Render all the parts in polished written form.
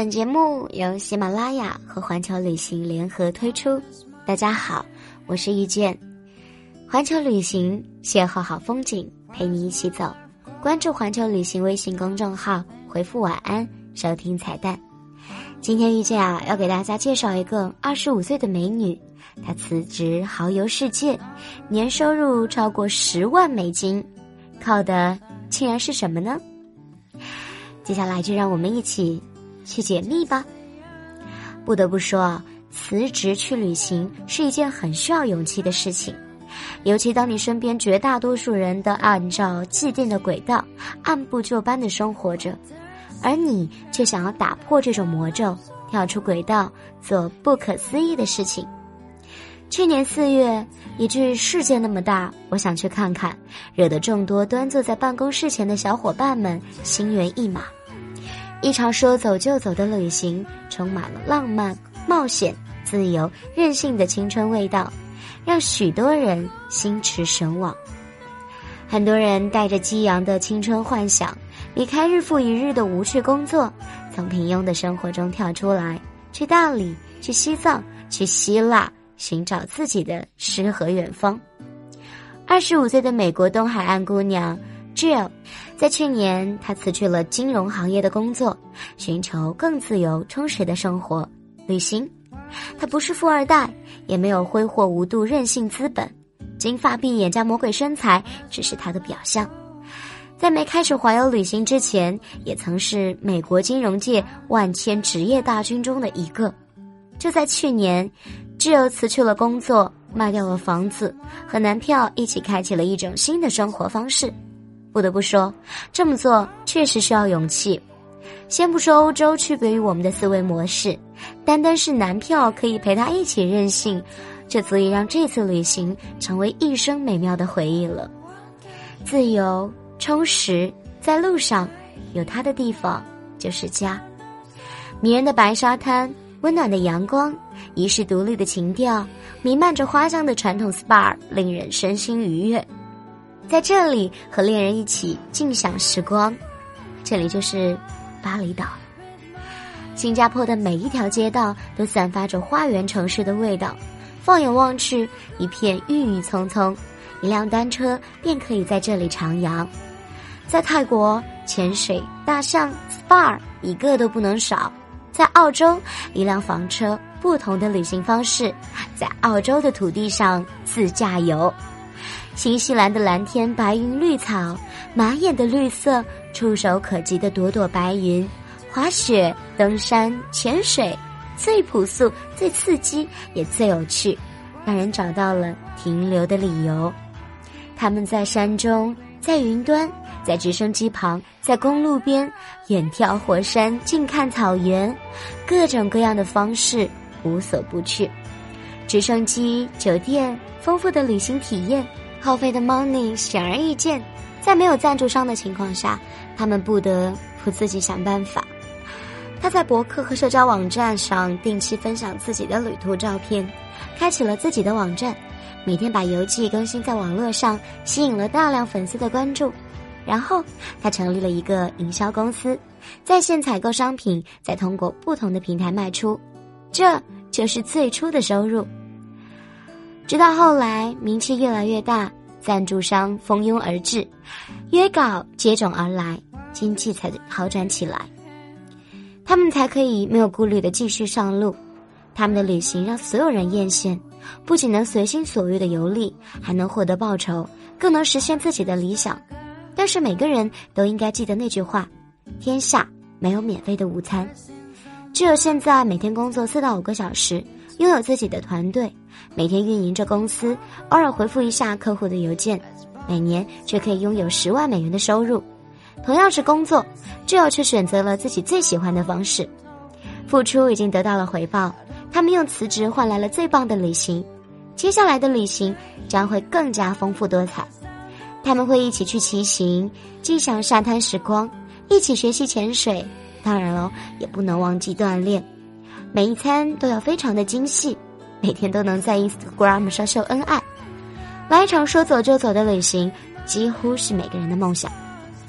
本节目由喜马拉雅和环球旅行联合推出。大家好，我是遇见。环球旅行，邂逅好风景，陪你一起走。关注环球旅行微信公众号，回复晚安，收听彩蛋。今天遇见要给大家介绍一个25岁的美女，她辞职遨游世界，年收入超过10万美金，靠的竟然是什么呢？接下来就让我们一起去解密吧。不得不说，辞职去旅行是一件很需要勇气的事情，尤其当你身边绝大多数人都按照既定的轨道按部就班地生活着，而你却想要打破这种魔咒，跳出轨道，做不可思议的事情。去年4月，一句世界那么大，我想去看看，惹得众多端坐在办公室前的小伙伴们心猿意马。一场说走就走的旅行，充满了浪漫、冒险、自由、任性的青春味道，让许多人心驰神往。很多人带着激昂的青春幻想，离开日复一日的无趣工作，从平庸的生活中跳出来，去大理，去西藏，去希腊，寻找自己的诗和远方。25岁的美国东海岸姑娘 Jill， 在去年她辞去了金融行业的工作，寻求更自由充实的生活，旅行。她不是富二代，也没有挥霍无度任性资本，金发碧眼加魔鬼身材只是她的表象。在没开始环游旅行之前，也曾是美国金融界万千职业大军中的一个。就在去年，Jill辞去了工作，卖掉了房子，和男票一起开启了一种新的生活方式。不得不说，这么做确实需要勇气。先不说欧洲区别于我们的思维模式，单单是男票可以陪他一起任性，就足以让这次旅行成为一生美妙的回忆了。自由、充实，在路上，有他的地方就是家。迷人的白沙滩，温暖的阳光，遗世独立的情调，弥漫着花香的传统 SPA， 令人身心愉悦。在这里和恋人一起静享时光，这里就是巴厘岛。新加坡的每一条街道都散发着花园城市的味道，放眼望去，一片郁郁葱葱，一辆单车便可以在这里徜徉。在泰国，潜水、大象、SPA 一个都不能少。在澳洲，一辆房车，不同的旅行方式，在澳洲的土地上自驾游。新西兰的蓝天白云绿草，马眼的绿色，触手可及的朵朵白云，滑雪、登山、潜水，最朴素、最刺激，也最有趣，让人找到了停留的理由。他们在山中，在云端，在直升机旁，在公路边，远眺火山，近看草原，各种各样的方式无所不去。直升机、酒店，丰富的旅行体验，耗费的 money 显而易见。在没有赞助商的情况下，他们不得不自己想办法。他在博客和社交网站上定期分享自己的旅途照片，开启了自己的网站，每天把游记更新在网络上，吸引了大量粉丝的关注。然后他成立了一个营销公司，在线采购商品，再通过不同的平台卖出，这就是最初的收入。直到后来名气越来越大，赞助商蜂拥而至，约稿接踵而来，经济才好转起来，他们才可以没有顾虑地继续上路。他们的旅行让所有人艳羡，不仅能随心所欲地游历，还能获得报酬，更能实现自己的理想。但是每个人都应该记得那句话，天下没有免费的午餐。只有现在每天工作4到5个小时，拥有自己的团队，每天运营着公司，偶尔回复一下客户的邮件，每年却可以拥有10万美元的收入。同样是工作，就要去选择了自己最喜欢的方式。付出已经得到了回报，他们用辞职换来了最棒的旅行。接下来的旅行将会更加丰富多彩。他们会一起去骑行，尽享沙滩时光，一起学习潜水，当然也不能忘记锻炼。每一餐都要非常的精细，每天都能在 Instagram 上秀恩爱。来一场说走就走的旅行，几乎是每个人的梦想。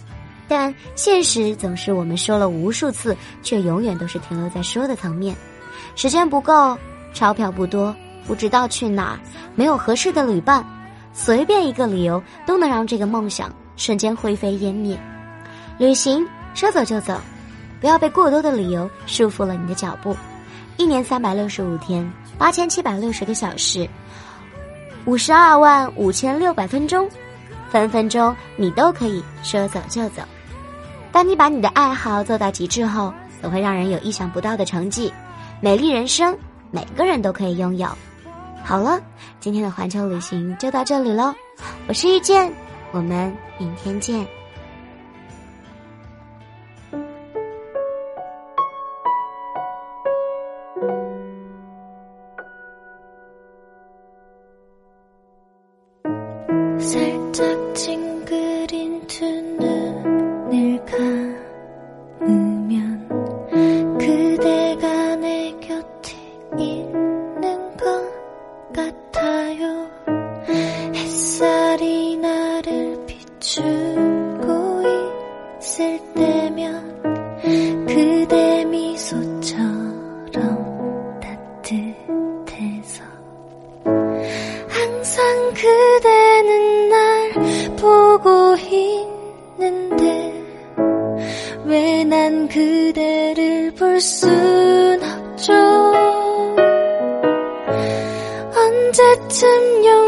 但现实总是我们说了无数次，却永远都是停留在说的层面。时间不够，钞票不多，不知道去哪儿，没有合适的旅伴，随便一个理由都能让这个梦想瞬间灰飞烟灭。旅行说走就走，不要被过多的理由束缚了你的脚步。1年365天，8760个小时，525600分钟，分分钟你都可以说走就走。当你把你的爱好做到极致后，总会让人有意想不到的成绩。美丽人生，每个人都可以拥有。好了，今天的环球旅行就到这里咯，我是遇见，我们明天见。 그대는 날 보고 있는데 왜 난 그대를 볼 순 없죠. 언제쯤